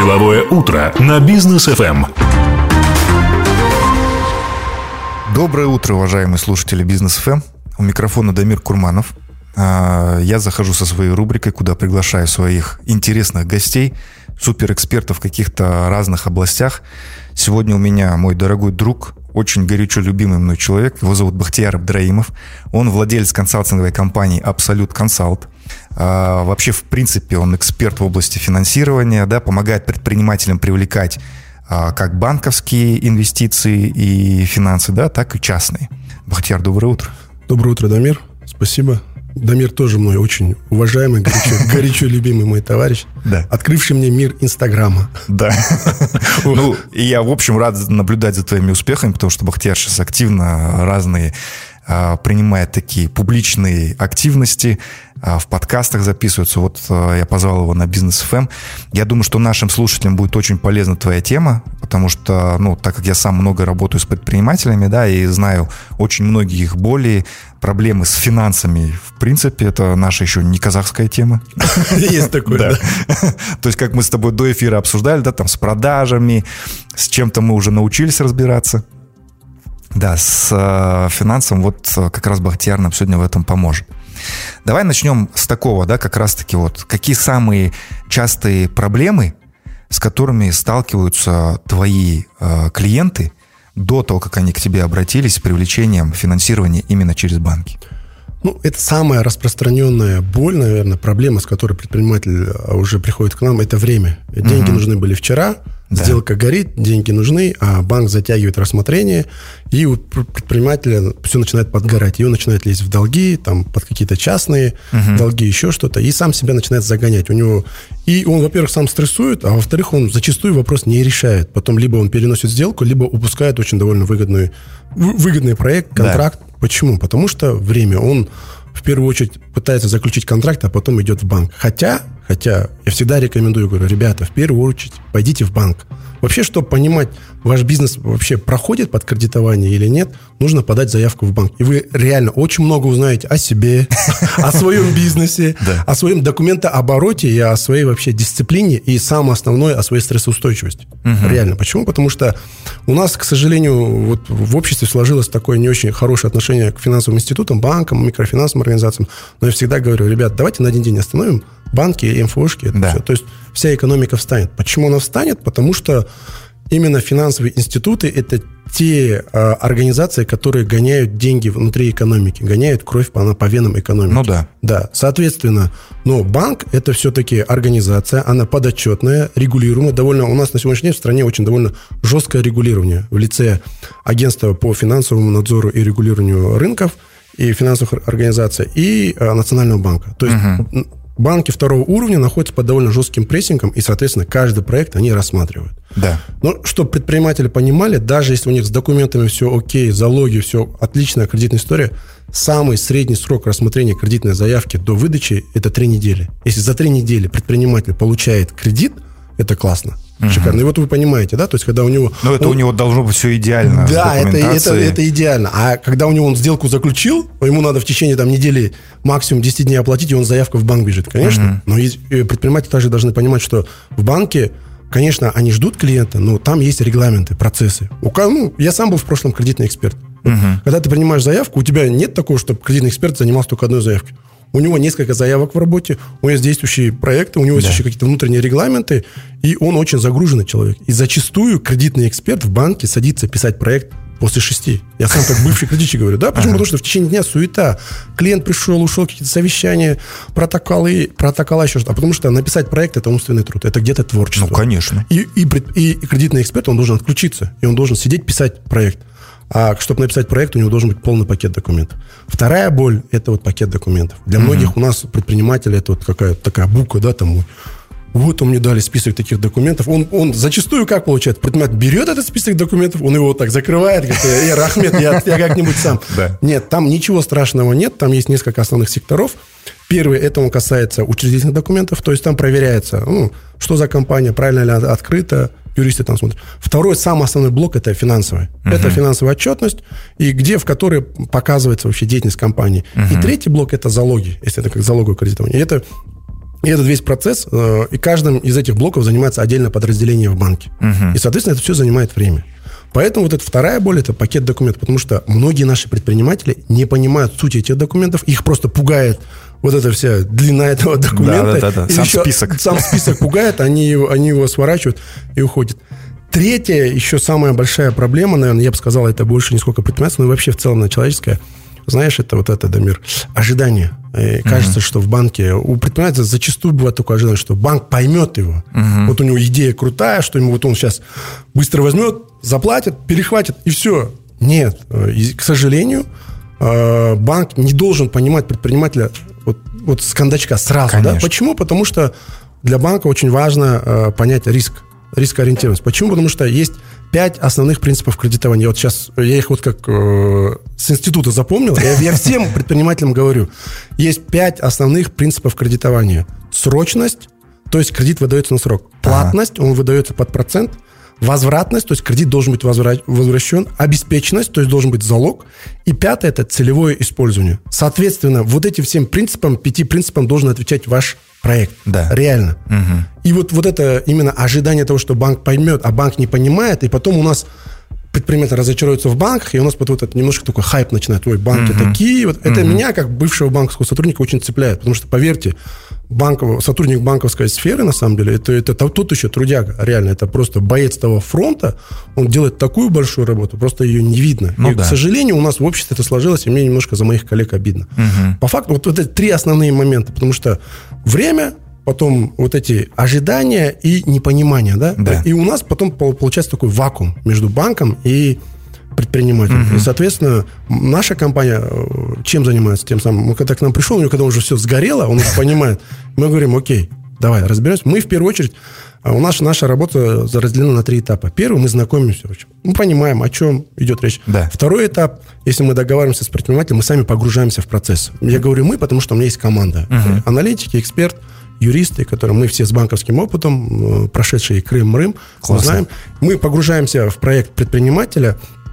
Деловое утро на Бизнес ФМ. Доброе утро, уважаемые слушатели Бизнес ФМ. У микрофона Дамир Курманов. Я захожу со своей рубрикой, куда приглашаю своих интересных гостей, суперэкспертов в каких-то разных областях. Сегодня у меня мой дорогой друг, очень горячо любимый мной человек. Его зовут Бахтияр Абдраимов. Он владелец консалтинговой компании Absolute Consult. Вообще, в принципе, он эксперт в области финансирования, да, помогает предпринимателям привлекать как банковские инвестиции и финансы, да, так и частные. Бахтияр, доброе утро. Доброе утро, Дамир. Спасибо. Дамир тоже мой очень уважаемый, горячо любимый мой товарищ, да. Открывший мне мир Инстаграма. Да. Ну, и я, в общем, рад наблюдать за твоими успехами, потому что Бахтияр сейчас активно разные принимает такие публичные активности, в подкастах записываются. Вот я позвал его на Бизнес ФМ. Я думаю, что нашим слушателям будет очень полезна твоя тема, потому что, ну, так как я сам много работаю с предпринимателями, да, и знаю очень многие их боли, проблемы с финансами, в принципе, это наша еще не казахская тема. Есть такое, да. То есть, как мы с тобой до эфира обсуждали, да, там с продажами, с чем-то мы уже научились разбираться. Да, с финансом вот как раз Бахтияр нам сегодня в этом поможет. Давай начнем с такого, да, как раз-таки вот какие самые частые проблемы, с которыми сталкиваются твои клиенты до того, как они к тебе обратились с привлечением финансирования именно через банки? Ну, это самая распространенная боль, наверное, проблема, с которой предприниматель уже приходит к нам, это время. Деньги нужны были вчера, да. Сделка горит, деньги нужны, а банк затягивает рассмотрение, и у предпринимателя все начинает подгорать. И он начинает лезть в долги, там, под какие-то частные долги, еще что-то, и сам себя начинает загонять. И он, во-первых, сам стрессует, а во-вторых, он зачастую вопрос не решает. Потом либо он переносит сделку, либо упускает очень довольно выгодный проект, контракт. Да. Почему? Потому что время. Он в первую очередь пытается заключить контракт, а потом идет в банк. Хотя я всегда рекомендую, говорю, ребята, в первую очередь пойдите в банк. Вообще, чтобы понимать, ваш бизнес вообще проходит под кредитование или нет, нужно подать заявку в банк. И вы реально очень много узнаете о себе, о своем бизнесе, о своем документообороте и о своей вообще дисциплине, и самое основное, о своей стрессоустойчивости. Реально. Почему? Потому что у нас, к сожалению, вот в обществе сложилось такое не очень хорошее отношение к финансовым институтам, банкам, микрофинансовым организациям. Но я всегда говорю, ребят, давайте на один день остановим банки и МФОшки. Это все. То есть вся экономика встанет. Почему она встанет? Потому что именно финансовые институты – это те организации, которые гоняют деньги внутри экономики, гоняют кровь по венам экономики. Ну да. Да, соответственно, но банк – это все-таки организация, она подотчетная, регулируемая. У нас на сегодняшний день в стране очень довольно жесткое регулирование в лице агентства по финансовому надзору и регулированию рынков и финансовых организаций и Национального банка. То есть банки второго уровня находятся под довольно жестким прессингом, и, соответственно, каждый проект они рассматривают. Да. Но чтобы предприниматели понимали, даже если у них с документами все окей, залоги, все отличная кредитная история, самый средний срок рассмотрения кредитной заявки до выдачи – это 3 недели. Если за 3 недели предприниматель получает кредит, это классно. Шикарно. И вот вы понимаете, да, то есть когда у него... Ну, это у него должно быть все идеально. Да, это идеально. А когда у него он сделку заключил, ему надо в течение недели, максимум 10 дней оплатить, и он заявка в банк бежит, конечно. Но предприниматели также должны понимать, что в банке, конечно, они ждут клиента, но там есть регламенты, процессы. Я сам был в прошлом кредитный эксперт. Когда ты принимаешь заявку, у тебя нет такого, чтобы кредитный эксперт занимался только одной заявкой. У него несколько заявок в работе, у него есть действующие проекты, у него есть еще какие-то внутренние регламенты, и он очень загруженный человек. И зачастую кредитный эксперт в банке садится писать проект после 6. Я сам как бывший кредитчик говорю, да, почему? Потому что в течение дня суета. Клиент пришел, ушел, какие-то совещания, протокола еще что-то. А потому что написать проект – это умственный труд, это где-то творчество. Ну, конечно. И кредитный эксперт, он должен отключиться, и он должен сидеть, писать проект. А чтобы написать проект, у него должен быть полный пакет документов. Вторая боль – это вот пакет документов. Для многих у нас предпринимателей это вот какая-то такая буква, да, там, вот он мне дали список таких документов. Он зачастую как получает? Предприниматель берет этот список документов, он его вот так закрывает, говорит, Рахмет, я как-нибудь сам. Да. Нет, там ничего страшного нет, там есть несколько основных секторов. Первый, это он касается учредительных документов, то есть там проверяется, что за компания, правильно ли открыта, юристы там смотрят. Второй, самый основной блок, это финансовый. Это финансовая отчетность, в которой показывается вообще деятельность компании. И третий блок, это залоги, если это как залоговое кредитование. Это И этот весь процесс, и каждым из этих блоков занимается отдельное подразделение в банке. И, соответственно, это все занимает время. Поэтому вот эта вторая боль – это пакет документов, потому что многие наши предприниматели не понимают сути этих документов, их просто пугает вот эта вся длина этого документа. Да. Сам список. Сам список пугает, они его сворачивают и уходят. Третья, еще самая большая проблема, наверное, я бы сказал, это больше не сколько предпринимательства, но и вообще в целом человеческая. Знаешь, это вот это, Дамир, ожидание. Кажется, что в банке у предпринимателя зачастую бывает такое ожидание, что банк поймет его. Вот у него идея крутая, что ему вот он сейчас быстро возьмет, заплатит, перехватит, и все. Нет. И, к сожалению, банк не должен понимать предпринимателя вот с кондачка сразу. Да? Почему? Потому что для банка очень важно понять рискоориентированность. Почему? Потому что есть 5 основных принципов кредитования. Вот сейчас я их вот как с института запомнил. Я всем предпринимателям говорю. Есть 5 основных принципов кредитования. Срочность, то есть кредит выдается на срок. Платность, он выдается под процент. Возвратность, то есть кредит должен быть возвращен. Обеспеченность, то есть должен быть залог. И 5 – это целевое использование. Соответственно, вот этим всем принципам, 5 принципам должен отвечать ваш проект. Да. Реально. И вот это именно ожидание того, что банк поймет, а банк не понимает, и потом у нас предприниматели разочаруются в банках, и у нас вот этот немножко такой хайп начинает. Ой, банки такие. Вот это меня, как бывшего банковского сотрудника, очень цепляет. Потому что, поверьте, сотрудник банковской сферы, на самом деле, это тот еще трудяга. Реально, это просто боец того фронта. Он делает такую большую работу, просто ее не видно. К сожалению, у нас в обществе это сложилось, и мне немножко за моих коллег обидно. По факту, вот эти 3 основные момента. Потому что время, потом вот эти ожидания и непонимание, да? И у нас потом получается такой вакуум между банком и предпринимателем. И, соответственно, наша компания чем занимается? Тем самым, когда к нам пришел, когда уже все сгорело, он уже понимает. Мы говорим, окей, давай, разберемся. Мы, в первую очередь, наша работа разделена на 3 этапа. Первый, мы знакомимся. Мы понимаем, о чем идет речь. Второй этап, если мы договариваемся с предпринимателем, мы сами погружаемся в процесс. Я говорю мы, потому что у меня есть команда. Аналитики, эксперт, юристы, которые мы все с банковским опытом, прошедшие Крым, Рым, знаем. Мы погружаемся в проект предпринимателя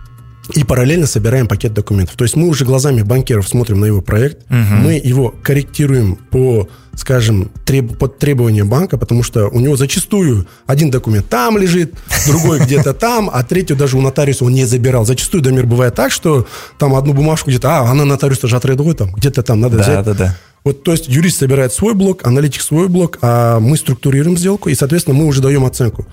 и параллельно собираем пакет документов. То есть мы уже глазами банкиров смотрим на его проект, мы его корректируем по, скажем, под требования банка, потому что у него зачастую один документ там лежит, другой где-то там, а третью даже у нотариуса он не забирал. Зачастую, Дамир, бывает так, что там одну бумажку где-то, она нотариуса же отрядовой, там, где-то там надо взять. Вот, то есть юрист собирает свой блок, аналитик свой блок, а мы структурируем сделку, и, соответственно, мы уже даем оценку.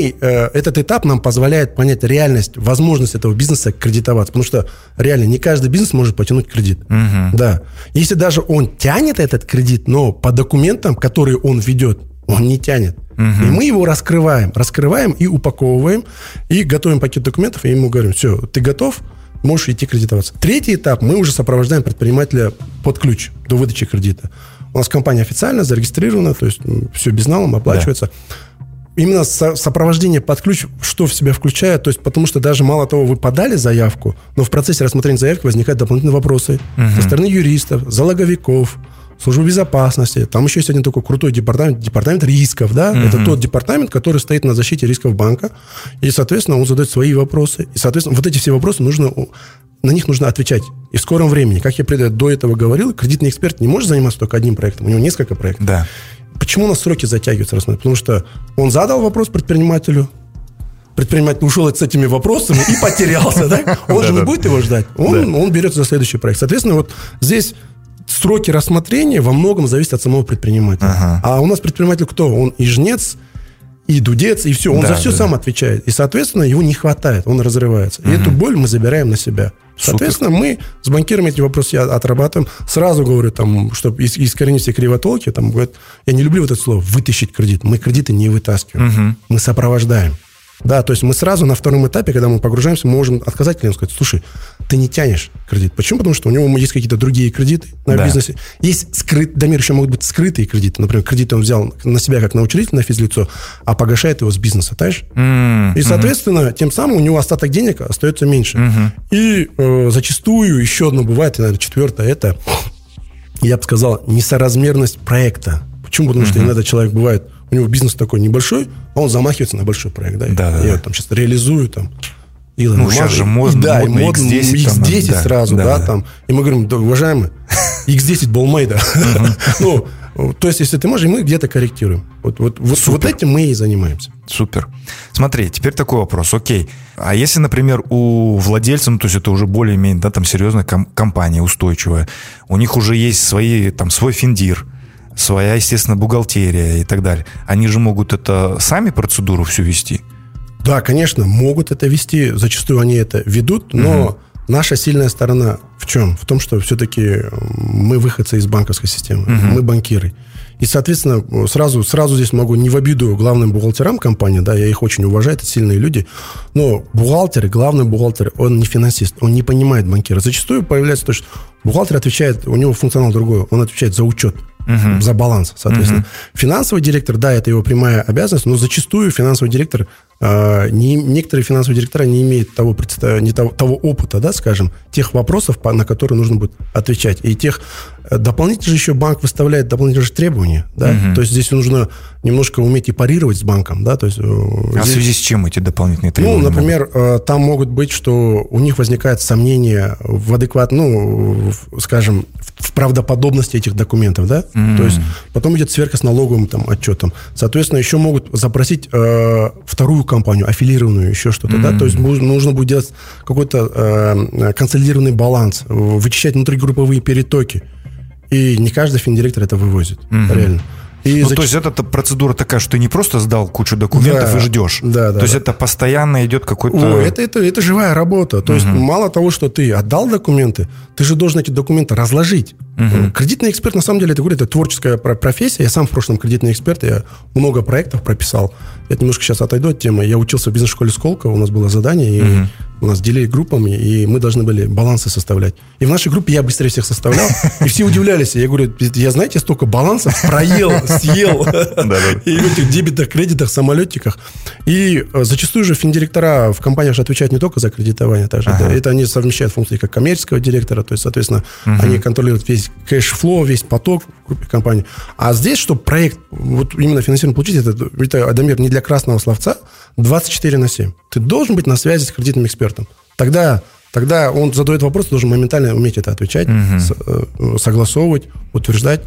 Этот этап нам позволяет понять реальность, возможность этого бизнеса кредитоваться, потому что реально не каждый бизнес может потянуть кредит. Да. Если даже он тянет этот кредит, но по документам, которые он ведет, он не тянет. И мы его раскрываем и упаковываем, и готовим пакет документов, и ему говорим, все, ты готов? Можешь идти кредитоваться. Третий этап, мы уже сопровождаем предпринимателя под ключ до выдачи кредита. У нас компания официально зарегистрирована, то есть все безналом оплачивается. Именно сопровождение под ключ, что в себя включает, то есть потому что даже мало того, вы подали заявку, но в процессе рассмотрения заявки возникают дополнительные вопросы со стороны юристов, залоговиков, службы безопасности. Там еще есть один такой крутой департамент рисков, да? Это тот департамент, который стоит на защите рисков банка, и, соответственно, он задает свои вопросы. И, соответственно, вот эти все вопросы на них нужно отвечать. И в скором времени, как я до этого говорил, кредитный эксперт не может заниматься только одним проектом, у него несколько проектов. Да. Почему у нас сроки затягиваются? Потому что он задал вопрос предпринимателю, предприниматель ушел с этими вопросами и потерялся, да? Он же не будет его ждать. Он берется за следующий проект. Соответственно, вот здесь сроки рассмотрения во многом зависят от самого предпринимателя. А у нас предприниматель кто? Он и жнец, и дудец, и все. Он за все сам отвечает. И, соответственно, его не хватает, он разрывается. И эту боль мы забираем на себя. Соответственно, мы с банкирами эти вопросы отрабатываем. Сразу говорю, чтобы искоренить все кривотолки, говорят, я не люблю вот это слово «вытащить кредит». Мы кредиты не вытаскиваем. Мы сопровождаем. Да, то есть мы сразу на втором этапе, когда мы погружаемся, мы можем отказать клиенту, сказать, слушай, ты не тянешь кредит. Почему? Потому что у него есть какие-то другие кредиты на бизнесе. Есть Дамир, еще могут быть скрытые кредиты. Например, кредит он взял на себя как на учредитель, на физлицо, а погашает его с бизнеса, знаешь? И, соответственно, тем самым у него остаток денег остается меньше. И зачастую еще одно бывает, наверное, четвертое, это, я бы сказал, несоразмерность проекта. Почему? Потому что иногда человек бывает, у него бизнес такой небольшой, а он замахивается на большой проект. Я там сейчас реализую сейчас же модно X10, X10 сразу, да. И мы говорим, уважаемый, X10 Болмейда. То есть, если ты можешь, мы где-то корректируем. Вот этим мы и занимаемся. Супер. Смотри, теперь такой вопрос. Окей. А если, например, у владельца, ну, то есть это уже более-менее, да, там серьезная компания, устойчивая, у них уже есть свой финдир, своя, естественно, бухгалтерия и так далее. Они же могут это сами процедуру всю вести? Да, конечно, могут это вести. Зачастую они это ведут, но наша сильная сторона в чем? В том, что все-таки мы выходцы из банковской системы. Мы банкиры. И, соответственно, сразу здесь могу не в обиду главным бухгалтерам компании, да, я их очень уважаю, это сильные люди, но главный бухгалтер, он не финансист, он не понимает банкира. Зачастую появляется то, что бухгалтер отвечает, у него функционал другой, он отвечает за учет, за баланс, соответственно. Финансовый директор, да, это его прямая обязанность, но зачастую финансовый директор, некоторые финансовые директора не имеют того опыта, да, скажем, тех вопросов, на которые нужно будет отвечать. И тех дополнительно же еще банк выставляет дополнительные же требования, да, то есть здесь нужно немножко уметь и парировать с банком, да, то есть... А в связи с чем эти дополнительные требования? Ну, например, там могут быть, что у них возникает сомнение в скажем, в правдоподобности этих документов, да, то есть потом идет сверка с налоговым там отчетом. Соответственно, еще могут запросить вторую компанию, аффилированную, еще что-то, да, то есть нужно будет делать какой-то консолидированный баланс, вычищать внутригрупповые перетоки. И не каждый финдиректор это вывозит, реально. То есть это процедура такая, что ты не просто сдал кучу документов и ждешь. То есть это постоянно идет какой-то... Это живая работа. То есть мало того, что ты отдал документы, ты же должен эти документы разложить. Кредитный эксперт, на самом деле, это творческая профессия. Я сам в прошлом кредитный эксперт, я много проектов прописал. Я немножко сейчас отойду от темы. Я учился в бизнес-школе Сколково, у нас было задание, и у нас делили группами, и мы должны были балансы составлять. И в нашей группе я быстрее всех составлял, и все удивлялись. Я говорю, я, знаете, столько балансов проел, съел. И в этих дебетах, кредитах, самолетиках. И зачастую же финдиректора в компаниях же отвечают не только за кредитование. Это они совмещают функции как коммерческого директора, то есть, соответственно, они контролируют весь кэш-флоу, весь поток в группе компаний. А здесь, чтобы проект, вот именно финансирование получить, это, Адамир, не для красного словца, 24/7. Ты должен быть на связи с кредитным экспертом. Тогда он задает вопрос, ты должен моментально уметь это отвечать, согласовывать, утверждать,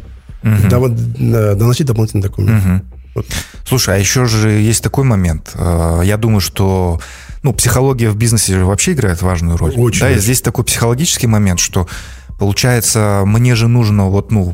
доносить дополнительные документы. Вот. Слушай, а еще же есть такой момент. Я думаю, что психология в бизнесе вообще играет важную роль. Очень. И здесь такой психологический момент, что получается, мне же нужно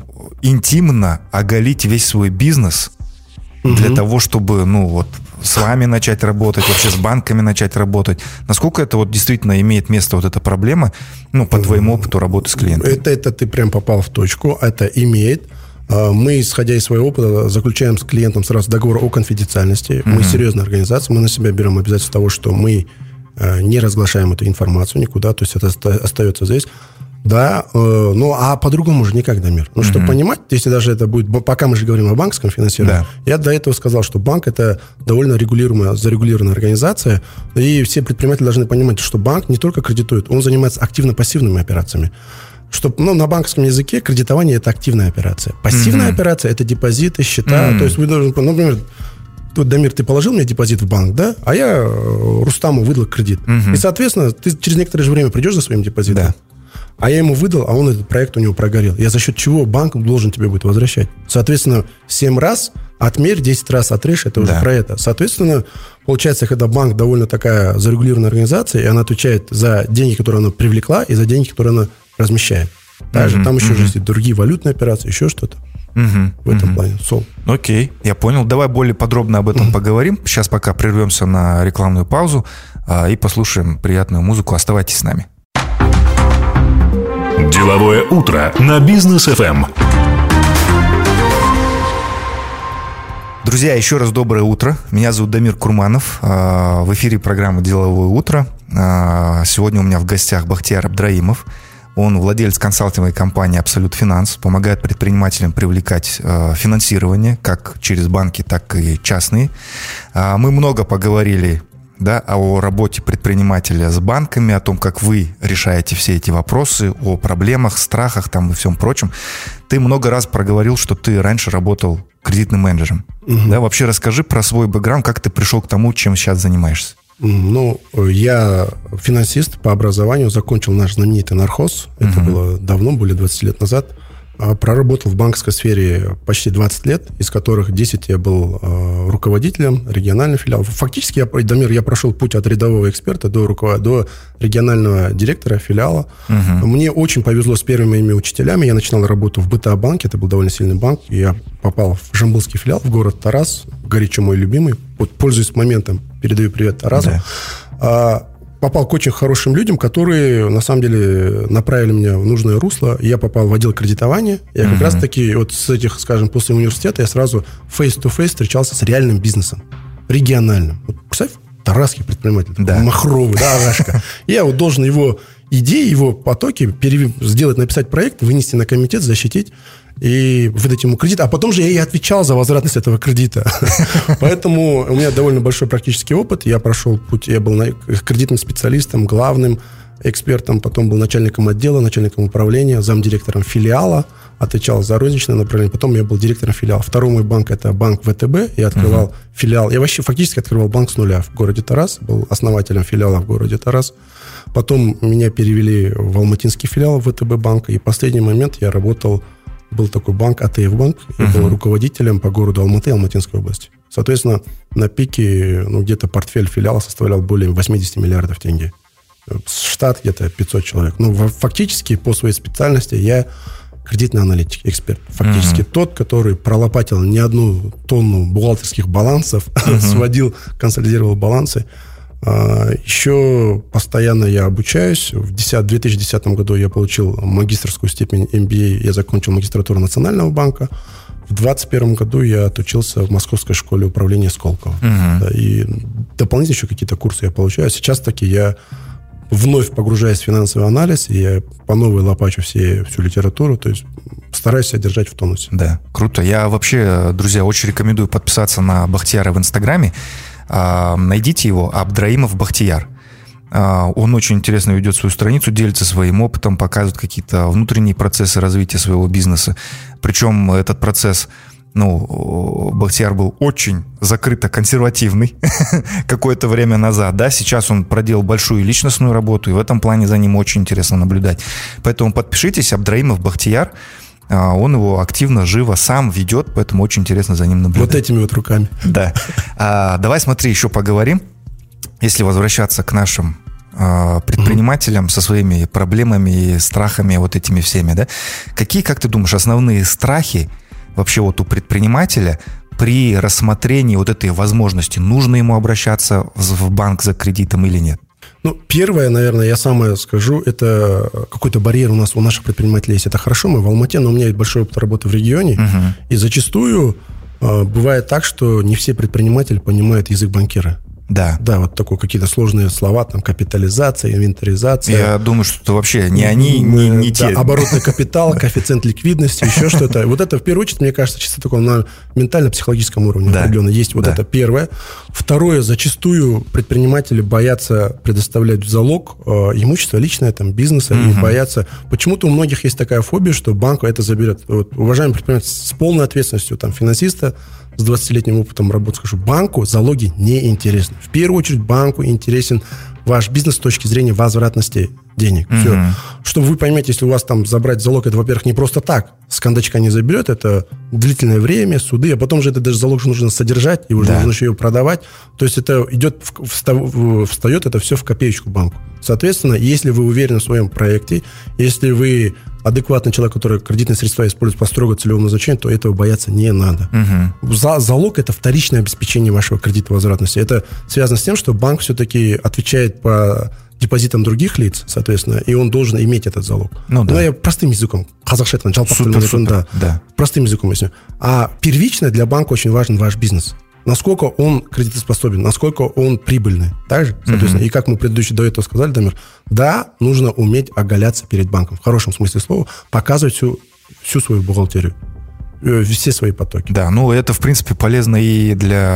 интимно оголить весь свой бизнес для того, чтобы, с вами начать работать, вообще с банками начать работать. Насколько это действительно имеет место, эта проблема, по твоему опыту работы с клиентами? Это ты прям попал в точку, это имеет. Мы, исходя из своего опыта, заключаем с клиентом сразу договор о конфиденциальности. Мы серьезная организация, мы на себя берем обязательство того, что мы не разглашаем эту информацию никуда, то есть это остается здесь. Да, а по-другому же никак, Дамир. Чтобы понимать, если даже это будет... Пока мы же говорим о банковском финансировании, я до этого сказал, что банк – это довольно зарегулированная организация, и все предприниматели должны понимать, что банк не только кредитует, он занимается активно-пассивными операциями. На банковском языке кредитование – это активная операция. Пассивная операция – это депозиты, счета. То есть вы должны... Например, Дамир, ты положил мне депозит в банк, да? А я Рустаму выдал кредит. И, соответственно, ты через некоторое же время придешь за своим депозитом. Да. А я ему выдал, а он этот проект у него прогорел. Я за счет чего банк должен тебе будет возвращать? Соответственно, 7 раз отмерь, 10 раз отрежь, это уже про это. Соответственно, получается, когда банк довольно такая зарегулированная организация, и она отвечает за деньги, которые она привлекла, и за деньги, которые она размещает. Также там еще есть и другие валютные операции, еще что-то. В этом плане. Окей, я понял. Давай более подробно об этом поговорим. Сейчас пока прервемся на рекламную паузу и послушаем приятную музыку. Оставайтесь с нами. Деловое утро на Бизнес FM. Друзья, еще раз доброе утро. Меня зовут Дамир Курманов. В эфире программа «Деловое утро». Сегодня у меня в гостях Бахтияр Абдраимов. Он владелец консалтинговой компании «Абсолют Финанс». Помогает предпринимателям привлекать финансирование как через банки, так и частные. Мы много поговорили о работе предпринимателя с банками, о том, как вы решаете все эти вопросы, о проблемах, страхах и всем прочем. Ты много раз проговорил, что ты раньше работал кредитным менеджером. Вообще расскажи про свой бэкграунд, как ты пришел к тому, чем сейчас занимаешься. Я финансист по образованию, закончил наш знаменитый нархоз. Это было давно, более 20 лет назад. Проработал в банковской сфере почти 20 лет, из которых 10 я был руководителем регионального филиала. Фактически, Дамир, я прошел путь от рядового эксперта до регионального директора филиала. Мне очень повезло с первыми моими учителями. Я начинал работу в БТА-банке, это был довольно сильный банк. И я попал в Жамбылский филиал, в город Тарас, горячо мой любимый. Вот, пользуясь моментом, передаю привет Тарасу. Да. Попал к очень хорошим людям, которые, на самом деле, направили меня в нужное русло. Я попал в отдел кредитования. Я как раз-таки вот с этих, скажем, после университета я сразу face-to-face встречался с реальным бизнесом. Региональным. Вот, представь, тарасский предприниматель. Да. Махровый, да, Арашка. Я вот должен его идеи, его потоки сделать, написать проект, вынести на комитет, защитить и выдать ему кредит. А потом же я и отвечал за возвратность этого кредита. Поэтому у меня довольно большой практический опыт. Я прошел путь, я был кредитным специалистом, главным экспертом, потом был начальником отдела, начальником управления, замдиректором филиала, отвечал за розничное направление. Потом я был директором филиала. Второй мой банк – это банк ВТБ. Я открывал филиал. Я вообще фактически открывал банк с нуля в городе Тарас. Был основателем филиала в городе Тарас. Потом меня перевели в алматинский филиал ВТБ банка. И в последний момент я работал. Был такой банк, АТФ банк. Я был руководителем по городу Алматы, Алматинской области. Соответственно, на пике где-то портфель филиала составлял более 80 миллиардов тенге. Штат где-то 500 человек. Но фактически по своей специальности я кредитный аналитик, эксперт. Фактически тот, который пролопатил не одну тонну бухгалтерских балансов, сводил, консолидировал балансы. Еще постоянно я обучаюсь. В 2010 году я получил магистерскую степень MBA. Я закончил магистратуру Национального банка. В 2021 году я отучился в Московской школе управления Сколково. Да, и дополнительно еще какие-то курсы я получаю. Сейчас таки я вновь погружаюсь в финансовый анализ, и я по новой лопачу всю литературу, то есть стараюсь себя держать в тонусе. Да, круто. Я вообще, друзья, очень рекомендую подписаться на Бахтияра в Инстаграме. Найдите его, Абдраимов Бахтияр. Он очень интересно ведет свою страницу, делится своим опытом, показывает какие-то внутренние процессы развития своего бизнеса. Причем этот процесс, Бахтияр был очень закрыто консервативный какое-то время назад, да, сейчас он проделал большую личностную работу, и в этом плане за ним очень интересно наблюдать. Поэтому подпишитесь, Абдраимов Бахтияр. Он его активно, живо сам ведет, поэтому очень интересно за ним наблюдать. Вот этими вот руками. Да. Давай, смотри, еще поговорим. Если возвращаться к нашим предпринимателям со своими проблемами и страхами, вот этими всеми, да? Какие, как ты думаешь, основные страхи вообще вот у предпринимателя при рассмотрении вот этой возможности? Нужно ему обращаться в банк за кредитом или нет? Первое, наверное, я самое скажу, это какой-то барьер у наших предпринимателей есть. Это хорошо, мы в Алмате, но у меня есть большой опыт работы в регионе. И зачастую бывает так, что не все предприниматели понимают язык банкира. Да. Да, вот такие какие-то сложные слова, там, капитализация, инвентаризация. Я думаю, что это вообще не они, не те. Оборотный капитал, коэффициент ликвидности, еще что-то. Вот это, в первую очередь, мне кажется, чисто такое на ментально-психологическом уровне определенно есть. Вот это первое. Второе, зачастую предприниматели боятся предоставлять в залог имущество личное, там, бизнеса, и боятся. Почему-то у многих есть такая фобия, что банк это заберет. Вот, уважаемый предприниматель, с полной ответственностью, там, финансиста, с 20-летним опытом работы, скажу, банку залоги не интересны. В первую очередь банку интересен ваш бизнес с точки зрения возвратности денег. Все. Чтобы вы поймете, если у вас там забрать залог, это, во-первых, не просто так, с кондачка не заберет, это длительное время, суды, а потом же это даже залог же нужно содержать, и уже нужно еще его продавать. То есть это идет, встает это все в копеечку банку. Соответственно, если вы уверены в своем проекте, если вы адекватный человек, который кредитные средства использует по строго целевому назначению, то этого бояться не надо. Залог – это вторичное обеспечение вашего кредита возвратности. Это связано с тем, что банк все-таки отвечает по депозитам других лиц, соответственно, и он должен иметь этот залог. Я простым языком, қазақша айтқан, простым языком объясню. А первично для банка очень важен ваш бизнес. Насколько он кредитоспособен, насколько он прибыльный. Также, соответственно, и как мы предыдущие до этого сказали, Дамир, да, нужно уметь оголяться перед банком, в хорошем смысле слова, показывать всю свою бухгалтерию, все свои потоки. Да, это, в принципе, полезно и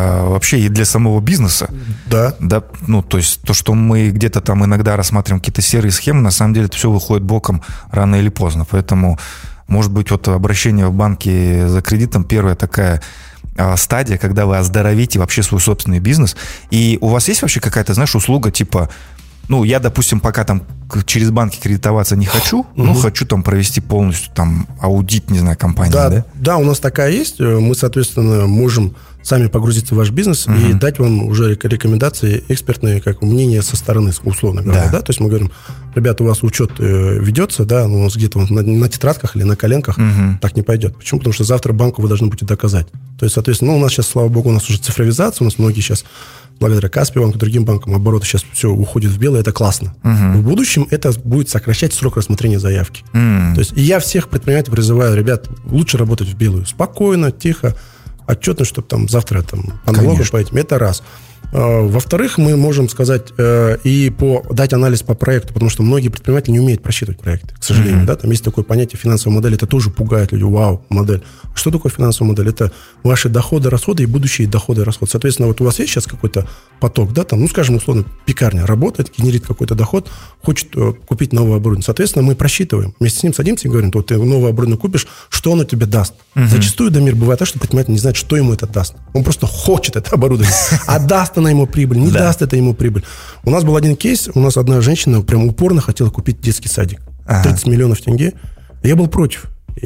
для самого бизнеса. Да. То есть то, что мы где-то там иногда рассматриваем какие-то серые схемы, на самом деле это все выходит боком рано или поздно. Поэтому, может быть, вот обращение в банки за кредитом первая такая стадия, когда вы оздоровите вообще свой собственный бизнес. И у вас есть вообще какая-то, услуга типа ну, я, допустим, пока там через банки кредитоваться не хочу, но хочу там провести полностью там аудит, не знаю, компании, да? Да, у нас такая есть. Мы, соответственно, можем сами погрузиться в ваш бизнес и дать вам уже рекомендации экспертные, как мнение со стороны, условно говоря, да? То есть мы говорим, ребята, у вас учет ведется, да, у нас где-то на тетрадках или на коленках, так не пойдет. Почему? Потому что завтра банку вы должны будете доказать. То есть, соответственно, у нас сейчас, слава богу, у нас уже цифровизация, у нас многие сейчас, благодаря Каспиеванку, другим банкам, обороты сейчас все уходит в белое, это классно. В будущем это будет сокращать срок рассмотрения заявки. То есть, и я всех предпринимателей призываю, ребят, лучше работать в белую. Спокойно, тихо, отчетно, чтобы там завтра там, по налогам по этим. Это раз. Во-вторых, мы можем сказать и дать анализ по проекту, потому что многие предприниматели не умеют просчитывать проекты, к сожалению. Да? Там есть такое понятие финансовая модель, это тоже пугает людей. Вау, модель. Что такое финансовая модель? Это ваши доходы, расходы и будущие доходы и расходы. Соответственно, вот у вас есть сейчас какой-то поток, да, там, ну, скажем, условно, пекарня работает, генерит какой-то доход, хочет купить новое оборудование. Соответственно, мы просчитываем. Вместе с ним садимся и говорим, вот ты новое оборудование купишь, что оно тебе даст? Зачастую, Дамир, бывает так, что предприниматель не знает, что ему это даст. Он просто хочет это оборудование. А даст она ему прибыль, не даст это ему прибыль. У нас был один кейс, у нас одна женщина прям упорно хотела купить детский садик. 30 миллионов тенге. Я был против.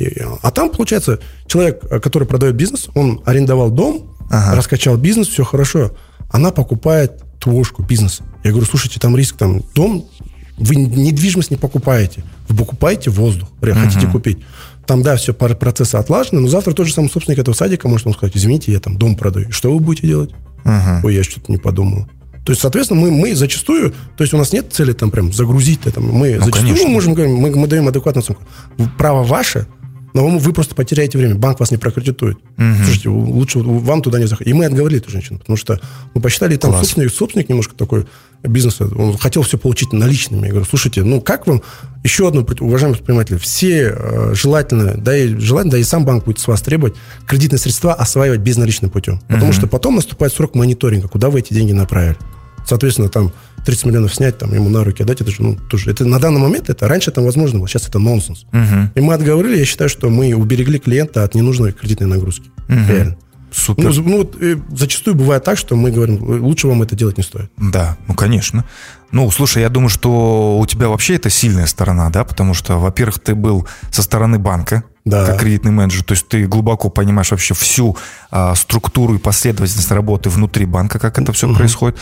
А там, получается, человек, который продает бизнес, он арендовал дом, раскачал бизнес, все хорошо. Она покупает ТОшку бизнеса. Я говорю, слушайте, там риск, там дом, вы недвижимость не покупаете, вы покупаете воздух, хотите купить. Там, да, все, процессы отлажены, но завтра тот же самый собственник этого садика может вам сказать, извините, я там дом продаю. Что вы будете делать? Ой, я что-то не подумал. То есть, соответственно, мы зачастую, то есть у нас нет цели там прям загрузить это, мы зачастую можем говорить, мы даем адекватную оценку. Право ваше, но вы просто потеряете время, банк вас не прокредитует. Слушайте, лучше вам туда не заходить. И мы отговорили эту женщину, потому что мы посчитали, там собственник немножко такой бизнеса, он хотел все получить наличными. Я говорю, слушайте, ну как вам, еще одно, уважаемые предприниматели, все желательно, да и сам банк будет с вас требовать кредитные средства осваивать безналичным путем. Потому что потом наступает срок мониторинга, куда вы эти деньги направили. Соответственно, там 30 миллионов снять, там, ему на руки отдать, это же, ну, тоже, это на данный момент, это раньше это возможно было, сейчас это нонсенс. И мы отговорили, я считаю, что мы уберегли клиента от ненужной кредитной нагрузки. Реально. Супер. Зачастую бывает так, что мы говорим, лучше вам это делать не стоит. Да, ну, конечно. Ну, слушай, я думаю, что у тебя вообще это сильная сторона, да, потому что, во-первых, ты был со стороны банка, как кредитный менеджер, то есть ты глубоко понимаешь вообще всю структуру и последовательность работы внутри банка, как это все происходит.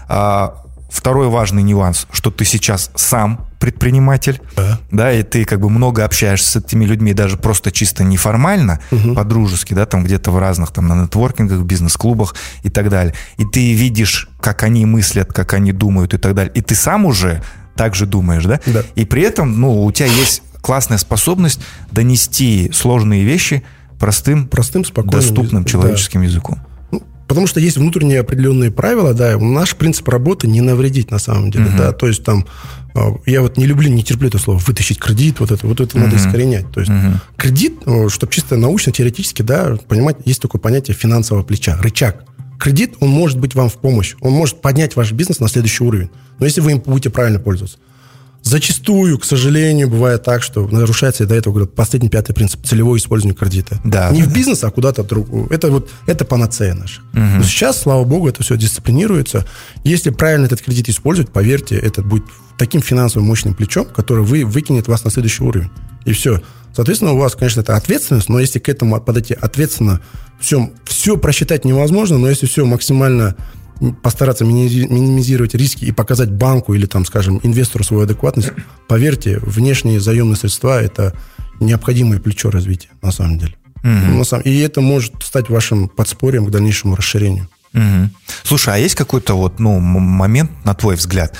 Второй важный нюанс, что ты сейчас сам предприниматель, да, и ты как бы много общаешься с этими людьми, даже просто чисто неформально, по-дружески, да, там где-то в разных, там на нетворкингах, в бизнес-клубах и так далее. И ты видишь, как они мыслят, как они думают и так далее. И ты сам уже так же думаешь, да? Да. И при этом, ну, у тебя есть классная способность донести сложные вещи простым спокойным, доступным человеческим языком. Потому что есть внутренние определенные правила, да, наш принцип работы не навредить на самом деле, да, то есть там, я вот не терплю это слово, вытащить кредит, вот это надо искоренять, то есть кредит, чтобы чисто научно-теоретически, да, понимать, есть такое понятие финансового плеча, рычаг. Кредит, он может быть вам в помощь, он может поднять ваш бизнес на следующий уровень, но если вы им будете правильно пользоваться. Зачастую, к сожалению, бывает так, что нарушается, я до этого говорил, последний пятый принцип, целевое использование кредита. Да, не в бизнес, а куда-то в другую. Это панацея наша. Но сейчас, слава богу, это все дисциплинируется. Если правильно этот кредит использовать, поверьте, это будет таким финансовым мощным плечом, который выкинет вас на следующий уровень. И все. Соответственно, у вас, конечно, это ответственность, но если к этому подойти ответственно, все просчитать невозможно, но если все максимально постараться минимизировать риски и показать банку или, там, скажем, инвестору свою адекватность, поверьте, внешние заемные средства – это необходимое плечо развития, на самом деле. И это может стать вашим подспорьем к дальнейшему расширению. Слушай, а есть какой-то момент, на твой взгляд,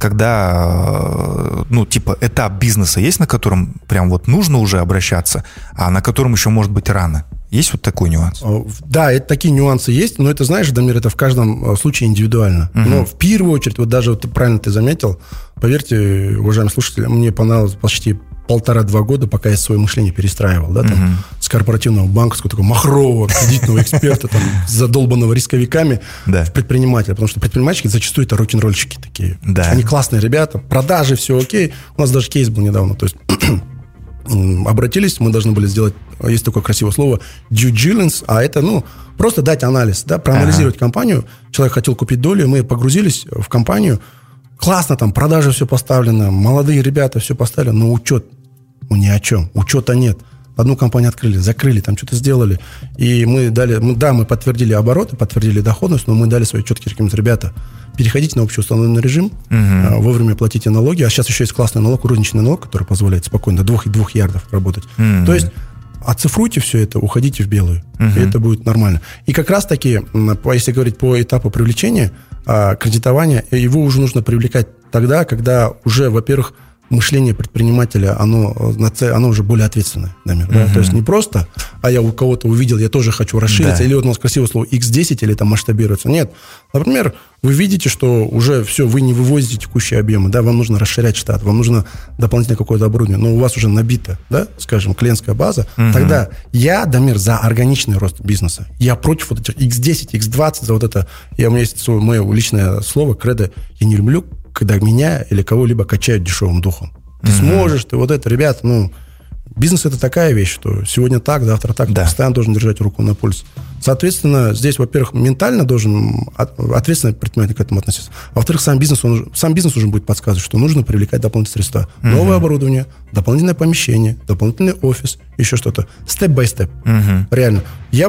когда, этап бизнеса есть, на котором прям нужно уже обращаться, а на котором еще может быть рано? Есть вот такой нюанс? Да, такие нюансы есть, но это, знаешь, Дамир, это в каждом случае индивидуально. Но в первую очередь, даже правильно ты заметил, поверьте, уважаемые слушатели, мне понравилось почти 1,5-2 года, пока я свое мышление перестраивал, да, там, с корпоративного банковского, такого махрового, кредитного эксперта, там, задолбанного рисковиками в предпринимателя, потому что предпринимательки зачастую это рок-н-ролльщики такие. Да. Они классные ребята, продажи, все окей. У нас даже кейс был недавно, то есть обратились, мы должны были сделать, есть такое красивое слово, due diligence, а это, просто дать анализ, да, проанализировать компанию. Человек хотел купить долю, мы погрузились в компанию, классно, там продажи все поставлено, молодые ребята все поставили, но учет, ни о чем, учета нет. Одну компанию открыли, закрыли, там что-то сделали. И мы подтвердили обороты, подтвердили доходность, но мы дали свои четкие рекомендации. Ребята, переходите на общеустановленный режим, вовремя платите налоги. А сейчас еще есть классный налог, розничный налог, который позволяет спокойно до 2 ярдов работать. То есть оцифруйте все это, уходите в белую. И это будет нормально. И как раз-таки, если говорить по этапу привлечения, кредитования, его уже нужно привлекать тогда, когда уже, во-первых, мышление предпринимателя, оно уже более ответственное, Дамир. Да? То есть не просто, я у кого-то увидел, я тоже хочу расшириться, или вот у нас красивое слово X10, или там масштабироваться. Нет. Например, вы видите, что уже все, вы не вывозите текущие объемы, да, вам нужно расширять штат, вам нужно дополнительное какое-то оборудование, но у вас уже набита, да, скажем, клиентская база, тогда я, Дамир, за органичный рост бизнеса. Я против вот этих X10, X20, за вот это, у меня есть мое личное слово, кредо, я не люблю, когда меня или кого-либо качают дешевым духом. Ты сможешь, ты вот это, ребят, бизнес это такая вещь, что сегодня так, завтра так, ты постоянно должен держать руку на пульс. Соответственно, здесь, во-первых, ментально должен ответственно предприниматель к этому относиться. А во-вторых, сам бизнес уже будет подсказывать, что нужно привлекать дополнительные средства. Новое оборудование, дополнительное помещение, дополнительный офис, еще что-то. Степ-бай-степ. Реально.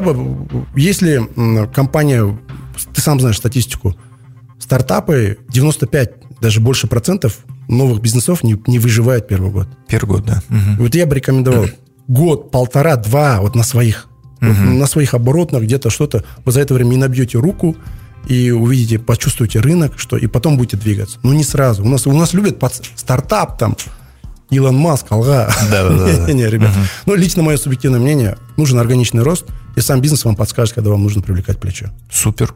Если компания, ты сам знаешь статистику, стартапы 95, даже больше процентов новых бизнесов не выживают первый год. Первый год, да. Вот я бы рекомендовал год, полтора, два вот на своих. На своих оборотных где-то что-то. Вы за это время не набьете руку и увидите, почувствуете рынок, и потом будете двигаться. Но не сразу. У нас любят стартап там, Илон Маск, алга. Да. Не, ребят. Лично мое субъективное мнение, нужен органичный рост, и сам бизнес вам подскажет, когда вам нужно привлекать плечо. Супер.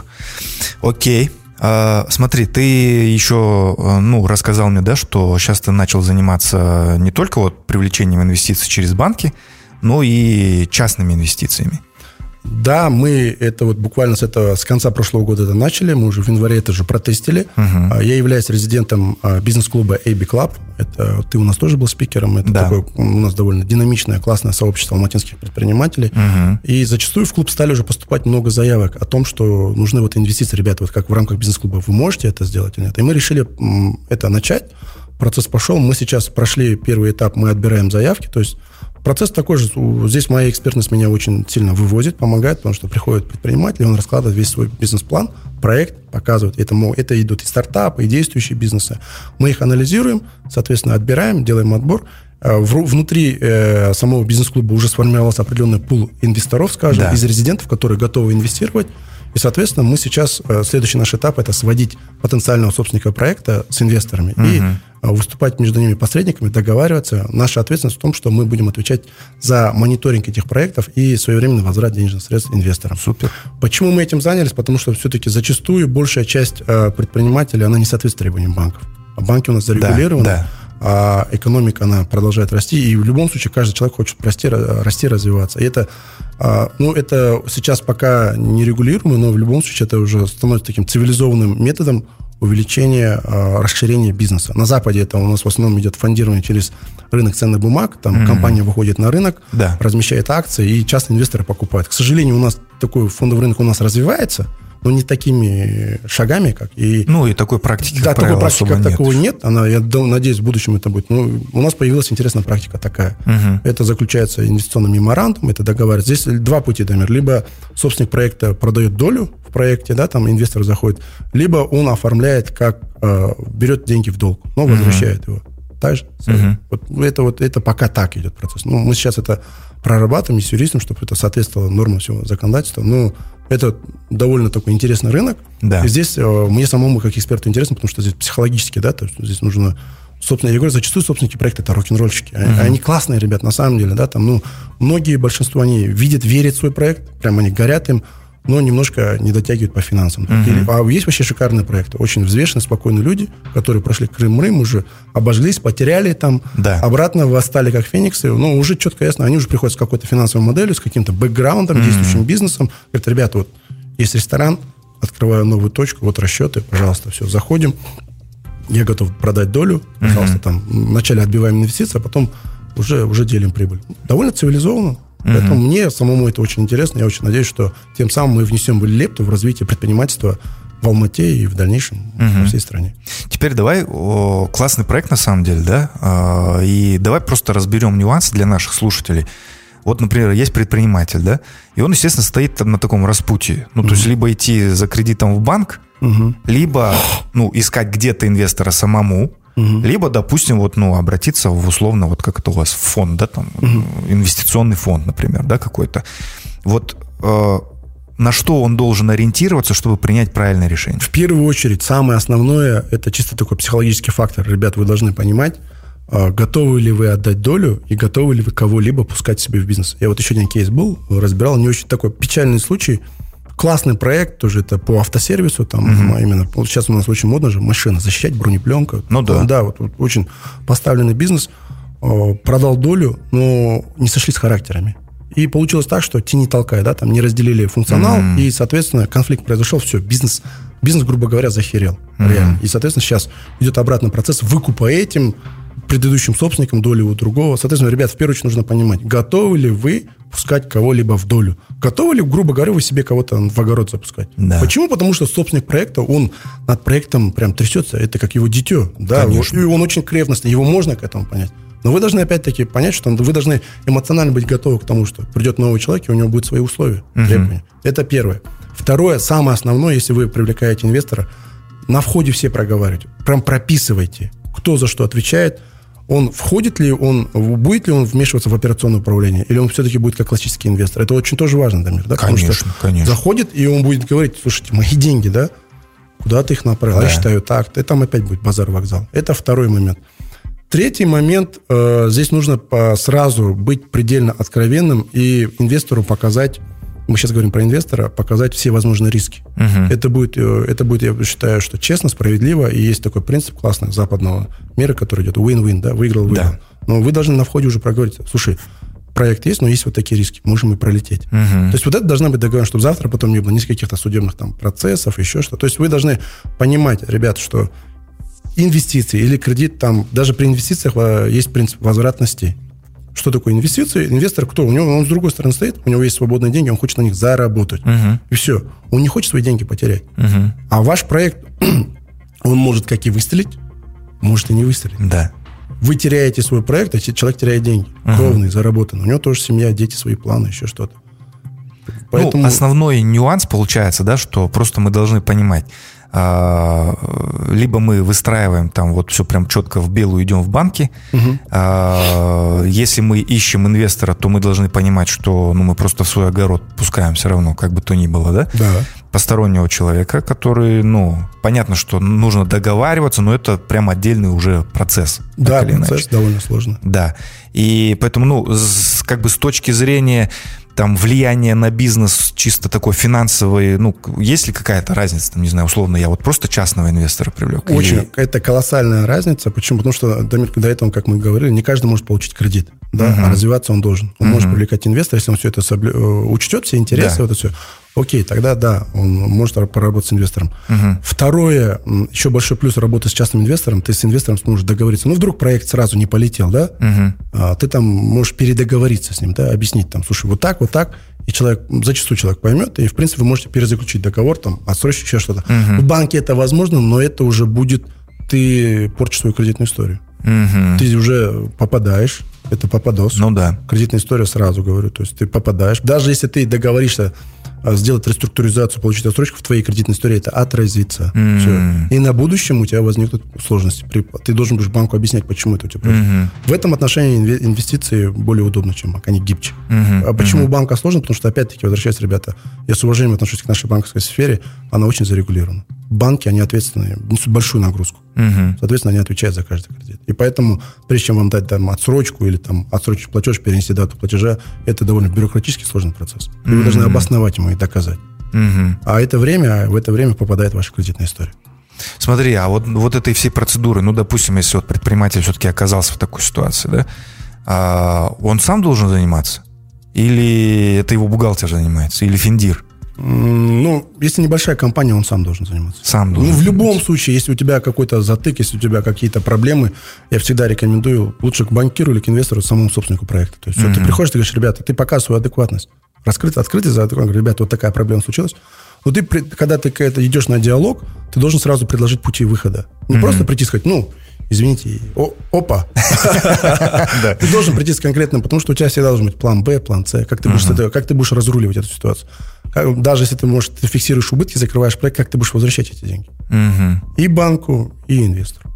Окей. Смотри, ты еще рассказал мне, да, что сейчас ты начал заниматься не только вот привлечением инвестиций через банки, но и частными инвестициями. Да, мы это вот буквально с конца прошлого года это начали. Мы уже в январе это же протестили. Я являюсь резидентом бизнес-клуба AB Club. Это ты у нас тоже был спикером. Это такое у нас довольно динамичное, классное сообщество алматинских предпринимателей. И зачастую в клуб стали уже поступать много заявок о том, что нужны вот инвестиции. Ребята, вот как в рамках бизнес-клуба вы можете это сделать или нет? И мы решили это начать. Процесс пошел. Мы сейчас прошли первый этап, мы отбираем заявки. То есть процесс такой же. Здесь моя экспертность меня очень сильно вывозит, помогает, потому что приходит предприниматель, он раскладывает весь свой бизнес-план, проект, показывает. Это идут и стартапы, и действующие бизнесы. Мы их анализируем, соответственно, отбираем, делаем отбор. Внутри самого бизнес-клуба уже сформировался определенный пул инвесторов, скажем, из резидентов, которые готовы инвестировать. И, соответственно, мы сейчас, следующий наш этап, это сводить потенциального собственника проекта с инвесторами и выступать между ними посредниками, договариваться. Наша ответственность в том, что мы будем отвечать за мониторинг этих проектов и своевременный возврат денежных средств инвесторам. Супер. Почему мы этим занялись? Потому что все-таки зачастую большая часть предпринимателей, она не соответствует требованиям банков. А банки у нас зарегулированы. А экономика, она продолжает расти, и в любом случае каждый человек хочет расти, развиваться. И это сейчас пока не регулируемо, но в любом случае это уже становится таким цивилизованным методом увеличения, расширения бизнеса. На Западе это у нас в основном идет фондирование через рынок ценных бумаг, там компания выходит на рынок, размещает акции, и частные инвесторы покупают. К сожалению, у нас такой фондовый рынок у нас развивается, но не такими шагами, как и... и такой практики, да, такой практики, как такого нет. Я надеюсь, в будущем это будет. У нас появилась интересная практика такая. Это заключается инвестиционный меморандум, это договаривается. Здесь два пути, Дамир. Либо собственник проекта продает долю в проекте, да, там инвестор заходит, либо он оформляет, берет деньги в долг, но возвращает его. Также. Это пока так идет процесс. Мы сейчас это прорабатываем с юристом, чтобы это соответствовало нормам всего законодательства. Это довольно такой интересный рынок. Да. И здесь мне самому, как эксперту, интересно, потому что здесь психологически, да, то есть здесь нужно... Собственно, я говорю, зачастую собственники проекта – это рок-н-ролльщики. Они классные ребята, на самом деле, да, там, многие, большинство, они видят, верят в свой проект, прям они горят им, но немножко не дотягивают по финансам. А есть вообще шикарные проекты, очень взвешенные, спокойные люди, которые прошли Крым-Рым, уже обожглись, потеряли там, обратно восстали как фениксы, уже четко ясно, они уже приходят с какой-то финансовой моделью, с каким-то бэкграундом, действующим бизнесом. Говорят, ребята, вот есть ресторан, открываю новую точку, вот расчеты, пожалуйста, все, заходим, я готов продать долю, пожалуйста, там, вначале отбиваем инвестиции, а потом уже делим прибыль. Довольно цивилизованно. Поэтому мне самому это очень интересно. Я очень надеюсь, что тем самым мы внесем лепту в развитие предпринимательства в Алмате и в дальнейшем по всей стране. Теперь давай, классный проект на самом деле, да, и давай просто разберем нюансы для наших слушателей. Вот, например, есть предприниматель, да, и он, естественно, стоит на таком распутье. Ну, то есть, либо идти за кредитом в банк, либо, искать где-то инвестора самому, либо, допустим, обратиться в условно, вот как это у вас, фонд, да, там, инвестиционный фонд, например, да, какой-то. Вот на что он должен ориентироваться, чтобы принять правильное решение? В первую очередь, самое основное, это чисто такой психологический фактор. Ребят, вы должны понимать, готовы ли вы отдать долю и готовы ли вы кого-либо пускать себе в бизнес. Я вот еще один кейс был, разбирал, не очень такой печальный случай. Классный проект, тоже это по автосервису, там именно, сейчас у нас очень модно же машина защищать, бронепленка. Ну да. Да, вот очень поставленный бизнес. Продал долю, но не сошлись с характерами. И получилось так, что тяни толкай, да, там не разделили функционал, и, соответственно, конфликт произошел, все, бизнес, грубо говоря, захерел. Реально. И, соответственно, сейчас идет обратный процесс выкупа этим предыдущим собственникам доли у другого. Соответственно, ребят, в первую очередь нужно понимать, готовы ли вы пускать кого-либо в долю. Готовы ли, грубо говоря, вы себе кого-то в огород запускать? Да. Почему? Потому что собственник проекта, он над проектом прям трясется. Это как его дитё. Да? И он очень ревностный. Его можно к этому понять. Но вы должны опять-таки понять, что вы должны эмоционально быть готовы к тому, что придет новый человек, и у него будут свои условия, требования. Это первое. Второе, самое основное, если вы привлекаете инвестора, на входе все проговаривайте. Прям прописывайте, кто за что отвечает, будет ли он вмешиваться в операционное управление, или он все-таки будет как классический инвестор. Это очень тоже важно, Дамир. Да? Конечно. Заходит, и он будет говорить, слушайте, мои деньги, да, куда ты их направил? Да. Я считаю так, и там опять будет базар-вокзал. Это второй момент. Третий момент, здесь нужно сразу быть предельно откровенным и инвестору показать, мы сейчас говорим про инвестора, показать все возможные риски. Это будет, я считаю, что честно, справедливо, и есть такой принцип классного западного мира, который идет win-win, да, выиграл. Да. Но вы должны на входе уже проговорить, слушай, проект есть, но есть вот такие риски, можем и пролететь. То есть вот это должна быть договорено, чтобы завтра потом не было ни каких-то судебных там процессов, еще что-то. То есть вы должны понимать, ребята, что инвестиции или кредит, там даже при инвестициях есть принцип возвратности. Что такое инвестиции? Инвестор кто? Он с другой стороны стоит, у него есть свободные деньги, он хочет на них заработать. И все. Он не хочет свои деньги потерять. А ваш проект, он может как и выстрелить, может и не выстрелить. Да. Вы теряете свой проект, а человек теряет деньги. Кровные, заработанные. У него тоже семья, дети, свои планы, еще что-то. Поэтому... основной нюанс получается, да, что просто мы должны понимать, либо мы выстраиваем там вот все прям четко в белую, идем в банки. Если мы ищем инвестора, то мы должны понимать, что мы просто в свой огород пускаем все равно, как бы то ни было, да? Да. Постороннего человека, который, понятно, что нужно договариваться, но это прям отдельный уже процесс. Да, процесс довольно сложный. Да. И поэтому, как бы с точки зрения там влияние на бизнес чисто такой финансовый, есть ли какая-то разница, там, не знаю, условно, я вот просто частного инвестора привлек? Очень, это колоссальная разница. Почему? Потому что до этого, как мы говорили, не каждый может получить кредит, да, а развиваться он должен. Он может привлекать инвестора, если он все это учтет, все интересы, вот это все. Окей, тогда да, он может поработать с инвестором. Второе, еще большой плюс работы с частным инвестором, ты с инвестором сможешь договориться. Вдруг проект сразу не полетел, да? Ты там можешь передоговориться с ним, да, объяснить там, слушай, вот так, и зачастую человек поймет, и, в принципе, вы можете перезаключить договор, там, отсрочить еще что-то. В банке это возможно, но это уже будет, ты порчишь свою кредитную историю. Ты уже попадаешь, это попадос. Да. Кредитная история, сразу говорю, то есть ты попадаешь. Даже если ты договоришься сделать реструктуризацию, получить отсрочку, в твоей кредитной истории это отразится. Все. И на будущем у тебя возникнут сложности. Ты должен будешь банку объяснять, почему это у тебя происходит. В этом отношении инвестиции более удобны, чем банк, они гибче. А почему у банка сложно? Потому что, опять-таки, возвращаясь, ребята, я с уважением отношусь к нашей банковской сфере, она очень зарегулирована. Банки, они ответственные, несут большую нагрузку. Соответственно, они отвечают за каждый кредит. И поэтому, прежде чем вам дать там отсрочку или там отсрочить платеж, перенести дату платежа, это довольно бюрократически сложный процесс. И вы должны обосновать ему и доказать. А в это время попадает ваша кредитная история. Смотри, а вот этой всей процедуры, допустим, если вот предприниматель все-таки оказался в такой ситуации, да, он сам должен заниматься? Или это его бухгалтер занимается? Или финдир? Если небольшая компания, он сам должен заниматься. Сам должен в любом случае, если у тебя какой-то затык, если у тебя какие-то проблемы, я всегда рекомендую лучше к банкиру или к инвестору, самому собственнику проекта. То есть ты приходишь, ты говоришь, ребята, ты показывай свою адекватность. Открытый за адекватность. Ребята, вот такая проблема случилась. Но когда ты идешь на диалог, ты должен сразу предложить пути выхода. Не просто прийти и сказать, извините, опа. Ты должен прийти с конкретным, потому что у тебя всегда должен быть план Б, план С. Как ты будешь разруливать эту ситуацию? Даже если ты фиксируешь убытки, закрываешь проект, как ты будешь возвращать эти деньги? И банку, и инвестору.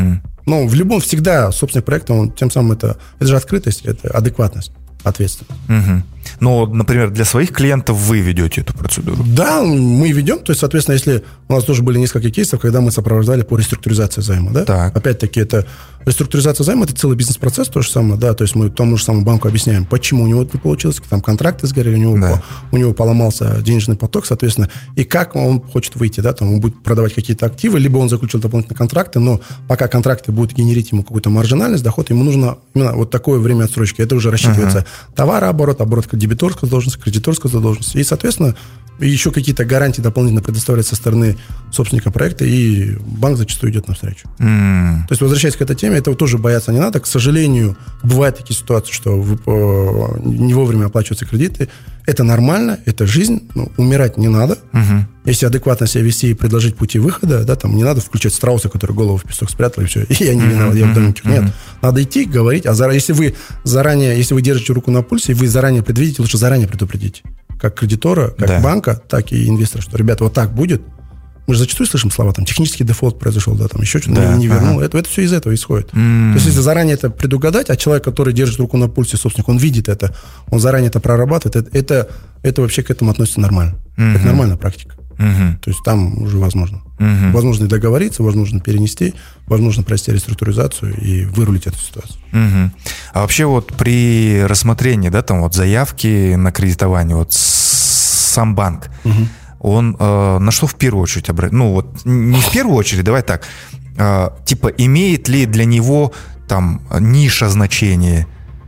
В любом всегда собственник проекта, тем самым это же открытость, это адекватность, ответственность. Но, например, для своих клиентов вы ведете эту процедуру? Да, мы ведем. То есть, соответственно, если у нас тоже были несколько кейсов, когда мы сопровождали по реструктуризации займа. Да? Так. Опять-таки, это реструктуризация займа, это целый бизнес-процесс, то же самое. Да? То есть, мы тому же самому банку объясняем, почему у него это не получилось, там контракты сгорели, у него поломался денежный поток, соответственно, и как он хочет выйти. Да? Там он будет продавать какие-то активы, либо он заключил дополнительные контракты, но пока контракты будут генерить ему какую-то маржинальность, доход, ему нужно именно вот такое время отсрочки. Это уже рассчитывается товарооборот, оборот дебиторской задолженности, кредиторской задолженности. И, соответственно, еще какие-то гарантии дополнительно предоставляются со стороны собственника проекта, и банк зачастую идет навстречу. То есть, возвращаясь к этой теме, этого тоже бояться не надо. К сожалению, бывают такие ситуации, что не вовремя оплачиваются кредиты. Это нормально, это жизнь, умирать не надо. Если адекватно себя вести и предложить пути выхода, да, там не надо включать страуса, который голову в песок спрятал, и все, и я не виноват, я в домике. Нет, надо идти, говорить, если вы держите руку на пульсе, и вы заранее предвидите, лучше заранее предупредите. Как кредитора, как банка, так и инвестора, что, ребята, вот так будет. Мы же зачастую слышим слова, там, технический дефолт произошел, да, там, еще что-то не вернул. Это все из этого исходит. То есть, если заранее это предугадать, а человек, который держит руку на пульсе, собственник, он видит это, он заранее это прорабатывает, это вообще к этому относится нормально. Это нормальная практика. То есть, там уже возможно. Возможно и договориться, возможно перенести, возможно провести реструктуризацию и вырулить эту ситуацию. А вообще вот при рассмотрении, да, там вот заявки на кредитование, вот сам банк, он на что в первую очередь не в первую очередь, давай так, типа имеет ли для него там ниша значение?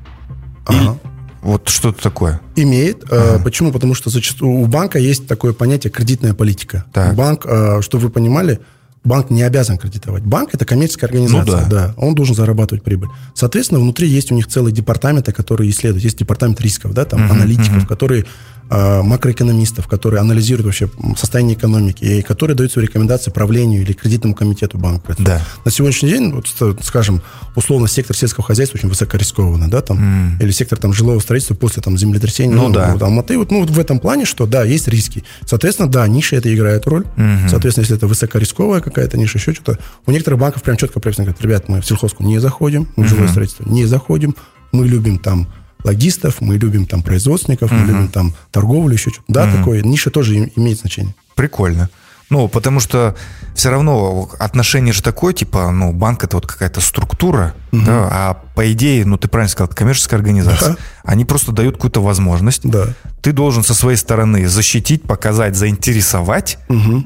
Или вот что-то такое? Имеет. Почему? Потому что зачастую у банка есть такое понятие кредитная политика. Так. Банк, чтобы вы понимали, банк не обязан кредитовать. Банк – это коммерческая организация. Да, он должен зарабатывать прибыль. Соответственно, внутри есть у них целые департаменты, которые исследуют. Есть департамент рисков, да, там, аналитиков, которые макроэкономистов, которые анализируют вообще состояние экономики и которые дают свои рекомендации правлению или кредитному комитету банка. Да. На сегодняшний день, вот, скажем, условно, сектор сельского хозяйства очень высокорискованный, да, там, или сектор там, жилого строительства после там, землетрясения, Алматы. Вот в этом плане, что да, есть риски. Соответственно, да, ниша это играет роль. Соответственно, если это высокорисковая какая-то ниша, еще что-то, у некоторых банков прям четко прописано, говорят, ребят, мы в сельхозку не заходим, мы в жилое строительство не заходим, мы любим там логистов, мы любим там производственников, мы любим там торговлю, еще что-то. Да, такое, ниша тоже имеет значение. Прикольно. Потому что все равно отношение же такое, типа, банк это вот какая-то структура, да, а по идее, ты правильно сказал, это коммерческая организация. Они просто дают какую-то возможность. Да. Ты должен со своей стороны защитить, показать, заинтересовать,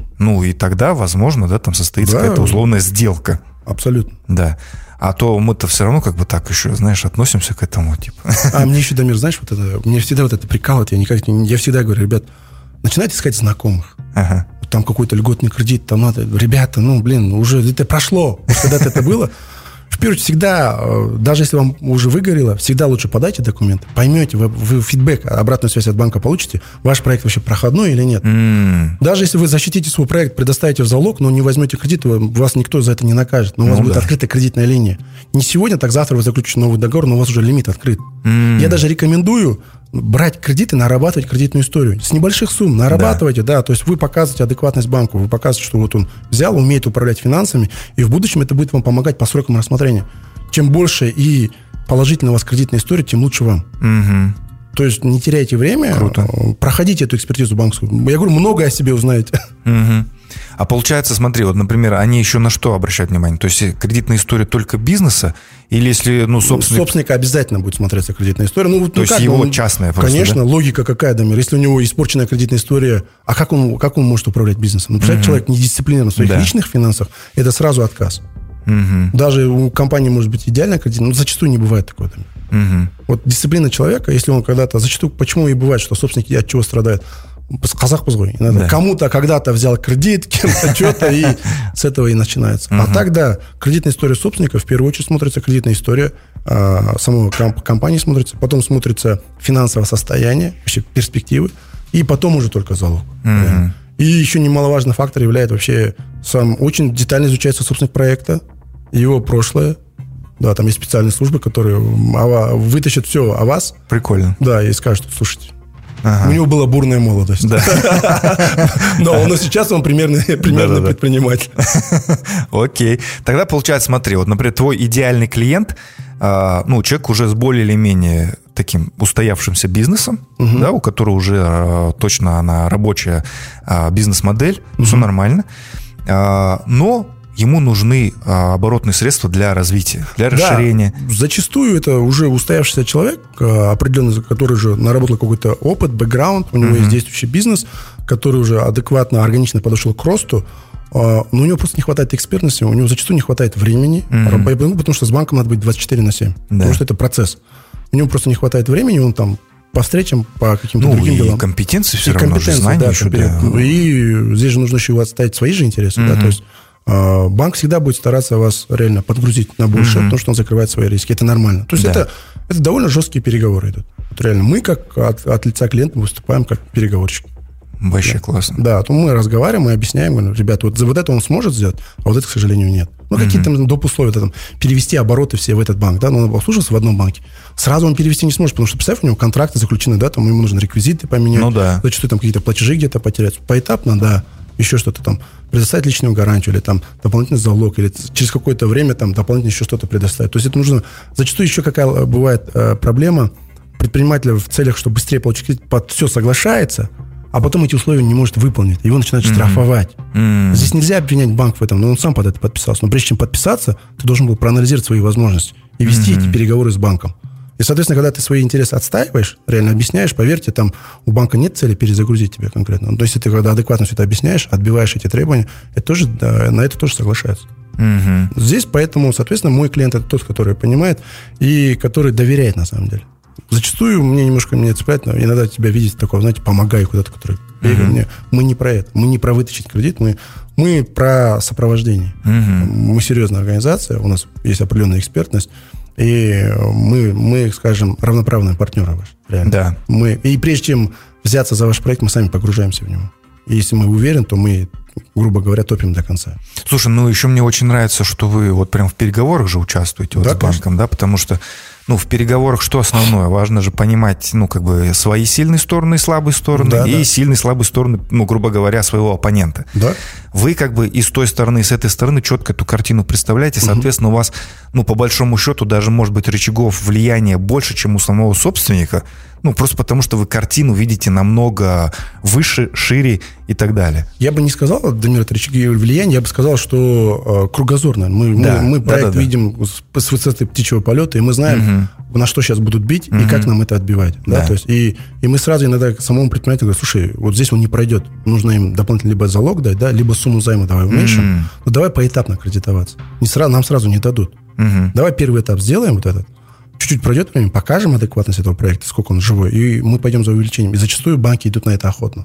и тогда, возможно, да, там состоится какая-то условная сделка. Абсолютно. Да. А то мы-то все равно как бы так еще, знаешь, относимся к этому, типа. А мне еще, Дамир, знаешь, вот это, мне всегда вот это прикалывает, я всегда говорю, ребят, начинайте искать знакомых. Там какой-то льготный кредит, там надо, ребята, уже это прошло, когда-то это было. В первую очередь, всегда, даже если вам уже выгорело, всегда лучше подайте документ, поймете, вы фидбэк, обратную связь от банка получите, ваш проект вообще проходной или нет. Даже если вы защитите свой проект, предоставите в залог, но не возьмете кредит, вас никто за это не накажет, но у вас будет открытая кредитная линия. Не сегодня, так завтра вы заключите новый договор, но у вас уже лимит открыт. Я даже рекомендую брать кредиты, нарабатывать кредитную историю. С небольших сумм нарабатывайте, да, то есть вы показываете адекватность банку, вы показываете, что вот он взял, умеет управлять финансами, и в будущем это будет вам помогать по срокам рассмотрения. Чем больше и положительная у вас кредитная история, тем лучше вам. То есть не теряйте время, проходите эту экспертизу банковскую. Я говорю, много о себе узнаете. А получается, смотри, вот, например, они еще на что обращают внимание? То есть кредитная история только бизнеса? Или если, собственника обязательно будет смотреться кредитная история. То есть его частная просто, конечно, логика какая, Дамир? Если у него испорченная кредитная история, а как он может управлять бизнесом? Представляете, человек недисциплинирован в своих личных финансах, это сразу отказ. Даже у компании может быть идеальная кредитная, но зачастую не бывает такого. Вот дисциплина человека, если он когда-то... Зачастую, почему и бывает, что собственники от чего страдают? Казах позгой. Кому-то когда-то взял кредит, кем-то что-то, и с этого и начинается. А так, да, кредитная история собственника, в первую очередь смотрится кредитная история самой компании смотрится, потом смотрится финансовое состояние, вообще перспективы, и потом уже только залог. И еще немаловажный фактор является вообще сам очень детально изучается собственник проекта, его прошлое. Да, там есть специальные службы, которые вытащат все о вас. Прикольно. Да, и скажут, слушайте, у него была бурная молодость. Да. Но сейчас он примерно предприниматель. Окей. Тогда получается, смотри, вот, например, твой идеальный клиент, человек уже с более или менее таким устоявшимся бизнесом, да, у которого уже точно она рабочая бизнес-модель, все нормально, но ему нужны оборотные средства для развития, для расширения. Зачастую это уже устоявшийся человек, определенно, который уже наработал какой-то опыт, бэкграунд, у него есть действующий бизнес, который уже адекватно, органично подошел к росту, но у него просто не хватает экспертности, у него зачастую не хватает времени, потому что с банком надо быть 24/7, потому что это процесс. У него просто не хватает времени, он там по встречам, по каким-то другим делам. И компетенции все равно, знания да, еще. И здесь же нужно еще отставить свои же интересы, да, то есть банк всегда будет стараться вас реально подгрузить на большее, потому что он закрывает свои риски. Это нормально. То есть это довольно жесткие переговоры идут. Вот реально. Мы, как от лица клиента, выступаем как переговорщики. Вообще классно. Да, то мы разговариваем, мы объясняем, говорим, ребята, вот это он сможет сделать, а вот это, к сожалению, нет. Какие-то там доп. Условия, там, перевести обороты все в этот банк, да, но он обслуживался в одном банке. Сразу он перевести не сможет, потому что, представь, у него контракты заключены, да, там ему нужно реквизиты поменять, зачастую там какие-то платежи где-то потерять. Поэтапно, да, еще что-то там, предоставить личную гарантию, или там дополнительный залог, или через какое-то время там дополнительно еще что-то предоставить. То есть это нужно... Зачастую еще какая бывает проблема, предприниматель в целях, чтобы быстрее получить кредит, под все соглашается, а потом эти условия не может выполнить. Его начинают штрафовать. Здесь нельзя обвинять банк в этом, но он сам под это подписался. Но прежде чем подписаться, ты должен был проанализировать свои возможности и вести эти переговоры с банком. И, соответственно, когда ты свои интересы отстаиваешь, реально объясняешь, поверьте, там у банка нет цели перезагрузить тебя конкретно. То есть, если ты когда адекватно все это объясняешь, отбиваешь эти требования, это тоже, на это тоже соглашаются. Здесь, поэтому, соответственно, мой клиент – это тот, который понимает и который доверяет на самом деле. Зачастую меня цепляет, иногда тебя видеть такого, знаете, помогай куда-то, который мне. Мы не про это, мы не про вытащить кредит, мы про сопровождение. Мы серьезная организация, у нас есть определенная экспертность, и мы, скажем, равноправные партнеры ваши. Реально. Да. И прежде чем взяться за ваш проект, мы сами погружаемся в него. И если мы уверены, то мы, грубо говоря, топим до конца. Слушай, еще мне очень нравится, что вы вот прям в переговорах же участвуете с банком, да, потому что в переговорах что основное? Важно же понимать, свои сильные стороны и слабые стороны, сильные и слабые стороны, грубо говоря, своего оппонента. Да. Вы и с той стороны, и с этой стороны четко эту картину представляете, соответственно, у вас, по большому счету, даже, может быть, рычагов влияния больше, чем у самого собственника, просто потому, что вы картину видите намного выше, шире и так далее. Я бы не сказал, Дамир, это рычаги влияния, я бы сказал, что кругозорно. Мы проект видим с высоты птичьего полета, и мы знаем, на что сейчас будут бить и как нам это отбивать. Да? То есть, и мы сразу иногда самому предпринимателю говорим, слушай, вот здесь он не пройдет, нужно им дополнительно либо залог дать, да, либо сумму займа давай уменьшим, но давай поэтапно кредитоваться. Нам сразу не дадут. Давай первый этап сделаем вот этот, чуть-чуть пройдет время, покажем адекватность этого проекта, сколько он живой, и мы пойдем за увеличением. И зачастую банки идут на это охотно.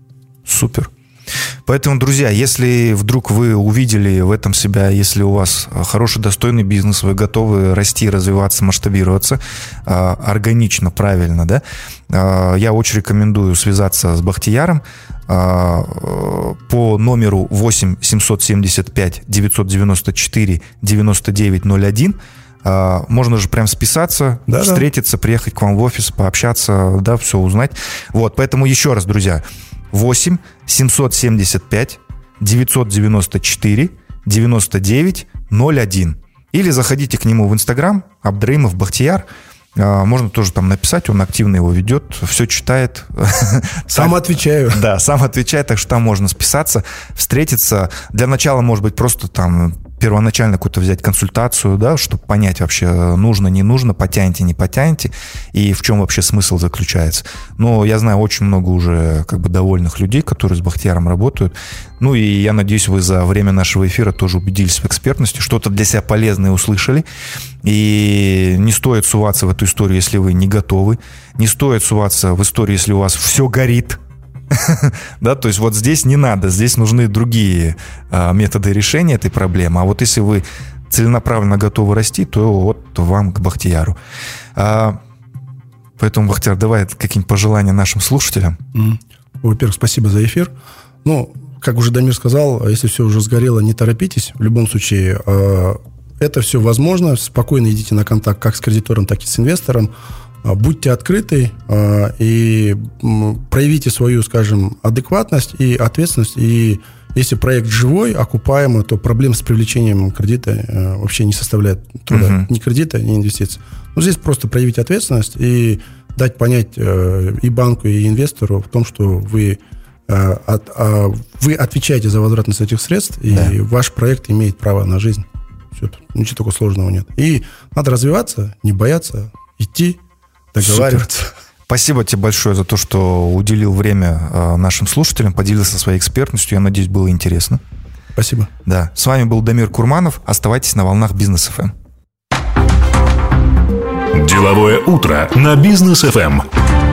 Супер. Поэтому, друзья, если вдруг вы увидели в этом себя, если у вас хороший, достойный бизнес, вы готовы расти, развиваться, масштабироваться органично, правильно, да, я очень рекомендую связаться с Бахтияром по номеру 8 775 994 9901. Можно же прям списаться, встретиться, приехать к вам в офис, пообщаться, да, все узнать. Вот, поэтому еще раз, друзья, 8 775 994 99 01. Или заходите к нему в Инстаграм, Абдраймов Бахтияр. Можно тоже там написать, он активно его ведет, все читает. Сам отвечаю. Да, сам отвечает, так что там можно списаться, встретиться. Для начала, может быть, просто там первоначально какую-то взять консультацию, да, чтобы понять вообще, нужно, не нужно, потянете, не потянете, и в чем вообще смысл заключается. Но я знаю очень много уже довольных людей, которые с Бахтияром работают. И я надеюсь, вы за время нашего эфира тоже убедились в экспертности, что-то для себя полезное услышали. И не стоит суваться в эту историю, если вы не готовы. Не стоит суваться в историю, если у вас все горит. Да, то есть вот здесь не надо, здесь нужны другие методы решения этой проблемы. А вот если вы целенаправленно готовы расти, то вот вам к Бахтияру. Поэтому, Бахтияр, давай какие-нибудь пожелания нашим слушателям. Во-первых, спасибо за эфир. Ну, как уже Дамир сказал, если все уже сгорело, не торопитесь. В любом случае, это все возможно. Спокойно идите на контакт как с кредитором, так и с инвестором. Будьте открыты и проявите свою, скажем, адекватность и ответственность. И если проект живой, окупаемый, то проблем с привлечением кредита вообще не составляет труда. Ни кредита, ни инвестиций. Но здесь просто проявить ответственность и дать понять и банку, и инвестору в том, что вы отвечаете за возвратность этих средств, и ваш проект имеет право на жизнь. Все, ничего такого сложного нет. И надо развиваться, не бояться, идти, договариваться. Супер. Спасибо тебе большое за то, что уделил время нашим слушателям, поделился своей экспертностью. Я надеюсь, было интересно. Спасибо. Да. С вами был Дамир Курманов. Оставайтесь на волнах Бизнес ФМ. Деловое утро на Бизнес ФМ.